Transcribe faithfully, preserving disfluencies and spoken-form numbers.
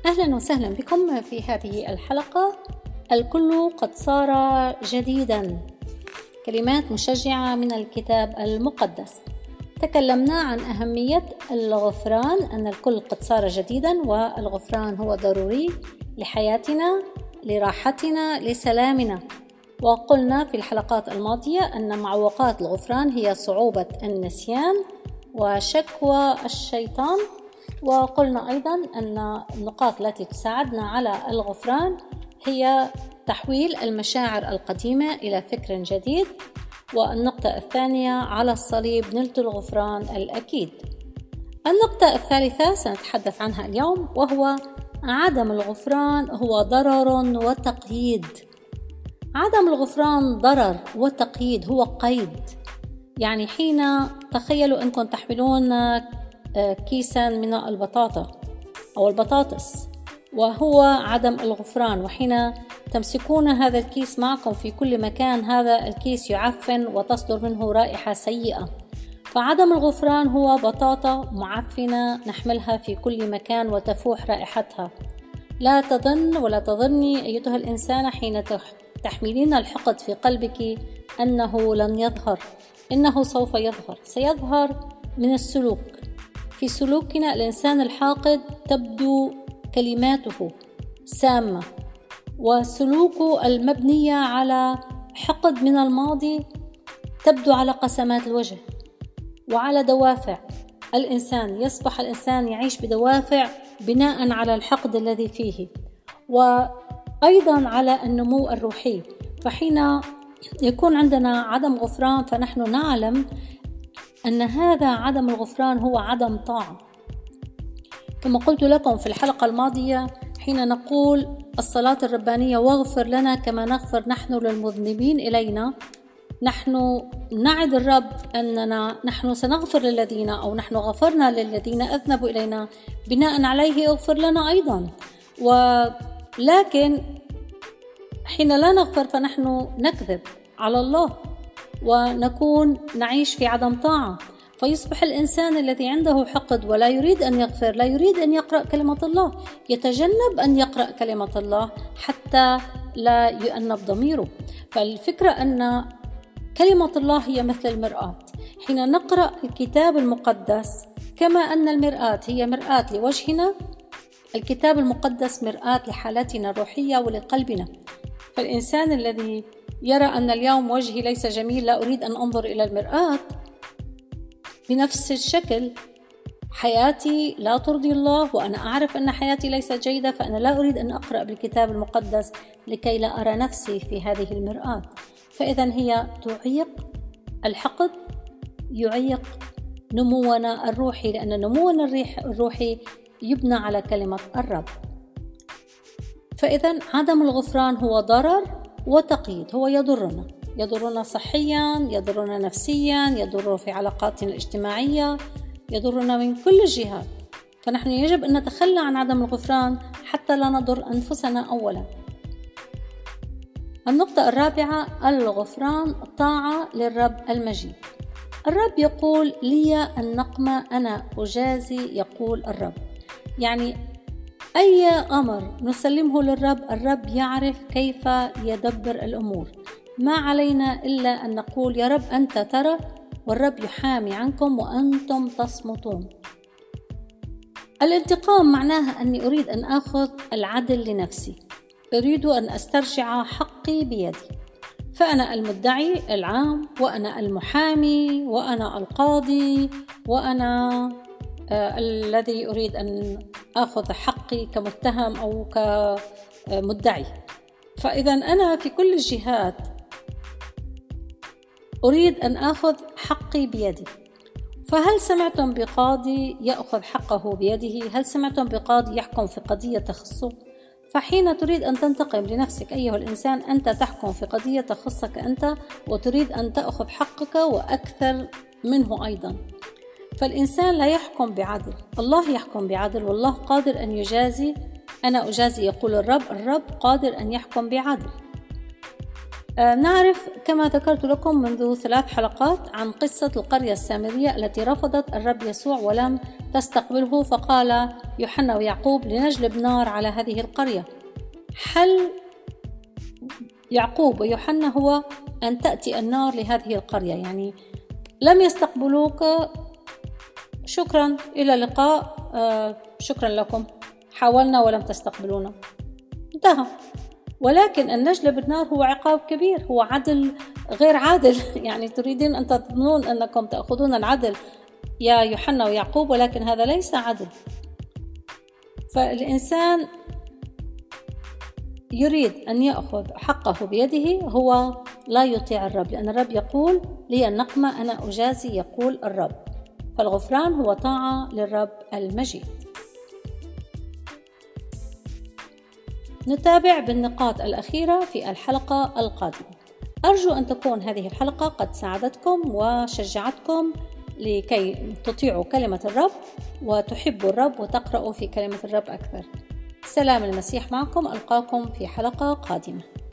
أهلا وسهلا بكم في هذه الحلقة. الكل قد صار جديدا، كلمات مشجعة من الكتاب المقدس. تكلمنا عن أهمية الغفران، أن الكل قد صار جديدا، والغفران هو ضروري لحياتنا، لراحتنا، لسلامنا. وقلنا في الحلقات الماضية أن معوقات الغفران هي صعوبة النسيان وشكوى الشيطان. وقلنا أيضا أن النقاط التي تساعدنا على الغفران هي تحويل المشاعر القديمة إلى فكر جديد. والنقطة الثانية، على الصليب نلت الغفران الأكيد. النقطة الثالثة سنتحدث عنها اليوم، وهو عدم الغفران هو ضرر وتقييد. عدم الغفران ضرر وتقييد، هو قيد. يعني حين تخيلوا أنكم تحملون كيسا من البطاطا أو البطاطس وهو عدم الغفران، وحين تمسكون هذا الكيس معكم في كل مكان هذا الكيس يعفن وتصدر منه رائحة سيئة. فعدم الغفران هو بطاطا معفنة نحملها في كل مكان وتفوح رائحتها. لا تظن ولا تظني أيتها الإنسانة حين تحملين الحقد في قلبك أنه لن يظهر. إنه سوف يظهر، سيظهر من السلوك. في سلوكنا الإنسان الحاقد تبدو كلماته سامة، وسلوكه المبنية على حقد من الماضي تبدو على قسمات الوجه وعلى دوافع الإنسان. يصبح الإنسان يعيش بدوافع بناء على الحقد الذي فيه، وأيضا على النمو الروحي. فحين يكون عندنا عدم غفران فنحن نعلم أن هذا عدم الغفران هو عدم طاعة. كما قلت لكم في الحلقة الماضية، حين نقول الصلاة الربانية واغفر لنا كما نغفر نحن للمذنبين إلينا، نحن نعد الرب أننا نحن سنغفر للذين أو نحن غفرنا للذين أذنبوا إلينا، بناء عليه اغفر لنا أيضا. ولكن حين لا نغفر فنحن نكذب على الله ونكون نعيش في عدم طاعة. فيصبح الإنسان الذي عنده حقد ولا يريد أن يغفر، لا يريد أن يقرأ كلمة الله، يتجنب أن يقرأ كلمة الله حتى لا يؤنب ضميره. فالفكرة أن كلمة الله هي مثل المرآة. حين نقرأ الكتاب المقدس كما أن المرآة هي مرآة لوجهنا، الكتاب المقدس مرآة لحالتنا الروحية ولقلبنا. فالإنسان الذي يرى أن اليوم وجهي ليس جميل، لا أريد أن أنظر إلى المرآة، بنفس الشكل حياتي لا ترضي الله وأنا أعرف أن حياتي ليست جيدة، فأنا لا أريد أن أقرأ بالكتاب المقدس لكي لا أرى نفسي في هذه المرآة. فإذا هي تعيق الحقد، يعيق نمونا الروحي، لأن نمونا الروحي يبنى على كلمة الرب. فإذا عدم الغفران هو ضرر وتقييد، هو يضرنا يضرنا صحيا، يضرنا نفسيا، يضر في علاقاتنا الاجتماعية، يضرنا من كل الجهات. فنحن يجب أن نتخلى عن عدم الغفران حتى لا نضر أنفسنا أولا. النقطة الرابعة، الغفران طاعة للرب المجيد. الرب يقول لي النقمة أنا أجازي، يقول الرب. يعني أي أمر نسلمه للرب، الرب يعرف كيف يدبر الأمور. ما علينا إلا أن نقول يا رب أنت ترى، والرب يحامي عنكم وأنتم تصمتون. الانتقام معناها أني أريد أن أخذ العدل لنفسي، أريد أن أسترجع حقي بيدي. فأنا المدعي العام، وأنا المحامي، وأنا القاضي، وأنا آه الذي أريد أن أخذ حقي كمتهم أو كمدعي. فإذا أنا في كل الجهات أريد أن أخذ حقي بيدي. فهل سمعتم بقاضي يأخذ حقه بيده؟ هل سمعتم بقاضي يحكم في قضية تخصه؟ فحين تريد أن تنتقم لنفسك أيها الإنسان، أنت تحكم في قضية تخصك أنت، وتريد أن تأخذ حقك وأكثر منه أيضا. فالإنسان لا يحكم بعدل، الله يحكم بعدل، والله قادر أن يجازي. أنا أجازي يقول الرب، الرب قادر أن يحكم بعدل. آه نعرف كما ذكرت لكم منذ ثلاث حلقات عن قصة القرية السامرية التي رفضت الرب يسوع ولم تستقبله، فقال يوحنا ويعقوب لنجلب نار على هذه القرية. حل يعقوب ويوحنا هو أن تأتي النار لهذه القرية، يعني لم يستقبلوك، شكرا إلى اللقاء، آه شكرا لكم، حاولنا ولم تستقبلونا، انتهى. ولكن أن نجلب النار هو عقاب كبير، هو عدل غير عادل. يعني تريدين أن تظنون أنكم تأخذون العدل يا يوحنا ويعقوب، ولكن هذا ليس عدل. فالإنسان يريد أن يأخذ حقه بيده هو لا يطيع الرب، لأن الرب يقول لي النقمة أنا أجازي، يقول الرب. فالغفران هو طاعة للرب المجيد. نتابع بالنقاط الأخيرة في الحلقة القادمة. أرجو أن تكون هذه الحلقة قد ساعدتكم وشجعتكم لكي تطيعوا كلمة الرب وتحبوا الرب وتقرأوا في كلمة الرب أكثر. سلام المسيح معكم، ألقاكم في حلقة قادمة.